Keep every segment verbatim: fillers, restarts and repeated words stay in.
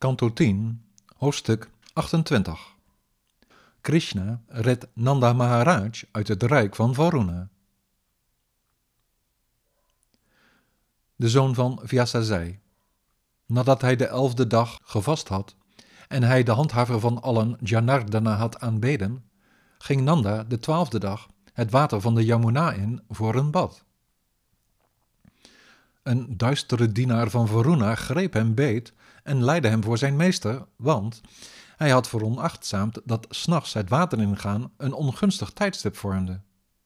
Kanto tien, hoofdstuk achtentwintig. Krishna redt Nanda Maharaj uit het rijk van Varuna. De zoon van Vyasa zei: nadat hij de elfde dag gevast had en hij de handhaver van allen Janardana had aanbeden, ging Nanda de twaalfde dag het water van de Yamuna in voor een bad. Een duistere dienaar van Varuna greep hem beet en leidde hem voor zijn meester, want hij had veronachtzaamd dat 's nachts het water ingaan een ongunstig tijdstip vormde.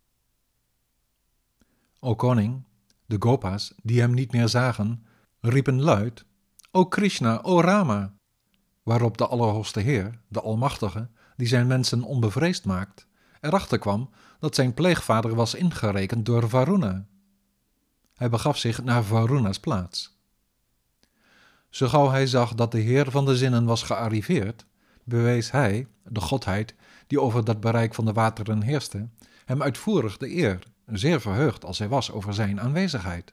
O koning, de Gopa's, die hem niet meer zagen, riepen luid: O Krishna, o Rama! Waarop de Allerhoogste Heer, de Almachtige, die zijn mensen onbevreesd maakt, erachter kwam dat zijn pleegvader was ingerekend door Varuna. Hij begaf zich naar Varuna's plaats. Zo gauw hij zag dat de Heer van de zinnen was gearriveerd, bewees hij, de godheid die over dat bereik van de wateren heerste, hem uitvoerig de eer, zeer verheugd als hij was over zijn aanwezigheid.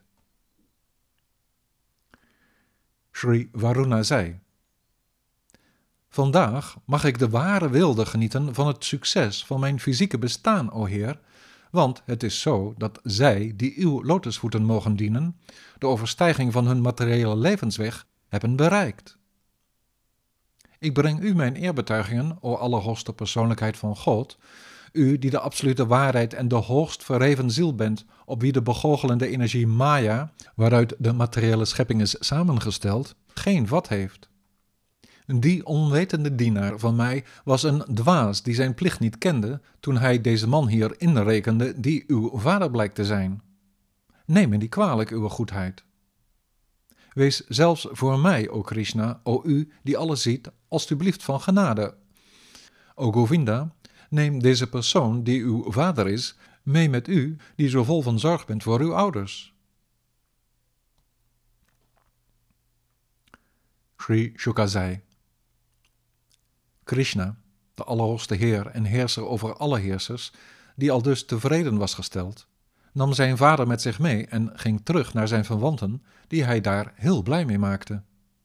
Sri Varuna zei: vandaag mag ik de ware wilde genieten van het succes van mijn fysieke bestaan, o Heer, want het is zo dat zij, die uw lotusvoeten mogen dienen, de overstijging van hun materiële levensweg hebben bereikt. Ik breng u mijn eerbetuigingen, o allerhoogste persoonlijkheid van God, u die de absolute waarheid en de hoogst verheven ziel bent, op wie de begoochelende energie Maya, waaruit de materiële schepping is samengesteld, geen vat heeft. Die onwetende dienaar van mij was een dwaas die zijn plicht niet kende toen hij deze man hier inrekende die uw vader blijkt te zijn. Neem me niet kwalijk, uw goedheid. Wees zelfs voor mij, o Krishna, o u die alles ziet, alstublieft van genade. O Govinda, neem deze persoon die uw vader is, mee met u die zo vol van zorg bent voor uw ouders. Sri Shuka zei: Krishna, de Allerhoogste Heer en heerser over alle heersers, die al dus tevreden was gesteld, nam zijn vader met zich mee en ging terug naar zijn verwanten, die hij daar heel blij mee maakte.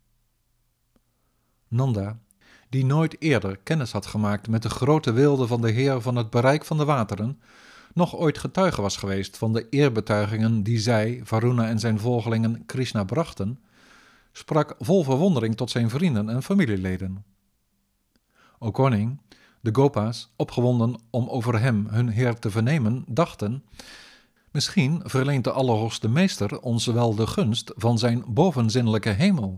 Nanda, die nooit eerder kennis had gemaakt met de grote wilde van de Heer van het bereik van de wateren, nog ooit getuige was geweest van de eerbetuigingen die zij, Varuna en zijn volgelingen, Krishna brachten, sprak vol verwondering tot zijn vrienden en familieleden. O koning, de Gopa's, opgewonden om over hem hun Heer te vernemen, dachten: misschien verleent de Allerhoogste Meester ons wel de gunst van zijn bovenzinnelijke hemel.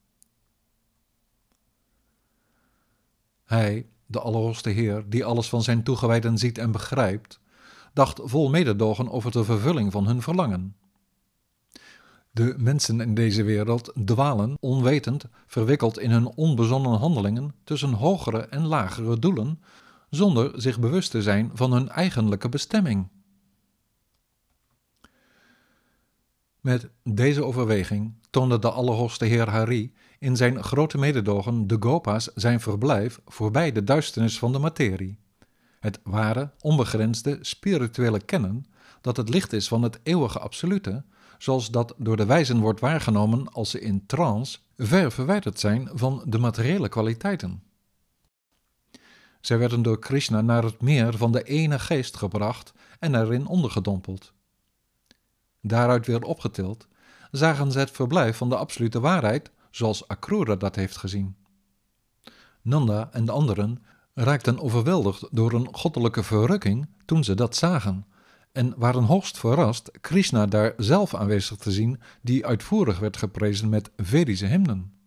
Hij, de Allerhoogste Heer, die alles van zijn toegewijden ziet en begrijpt, dacht vol mededogen over de vervulling van hun verlangen. De mensen in deze wereld dwalen, onwetend, verwikkeld in hun onbezonnen handelingen tussen hogere en lagere doelen, zonder zich bewust te zijn van hun eigenlijke bestemming. Met deze overweging toonde de Allerhoogste Heer Hari in zijn grote mededogen de Gopa's zijn verblijf voorbij de duisternis van de materie, het ware, onbegrensde, spirituele kennen dat het licht is van het eeuwige absolute, zoals dat door de wijzen wordt waargenomen als ze in trance ver verwijderd zijn van de materiële kwaliteiten. Zij werden door Krishna naar het meer van de ene geest gebracht en erin ondergedompeld. Daaruit weer opgetild, zagen ze het verblijf van de absolute waarheid, zoals Akrura dat heeft gezien. Nanda en de anderen raakten overweldigd door een goddelijke verrukking toen ze dat zagen, en waren hoogst verrast Krishna daar zelf aanwezig te zien, die uitvoerig werd geprezen met Vedische hymnen.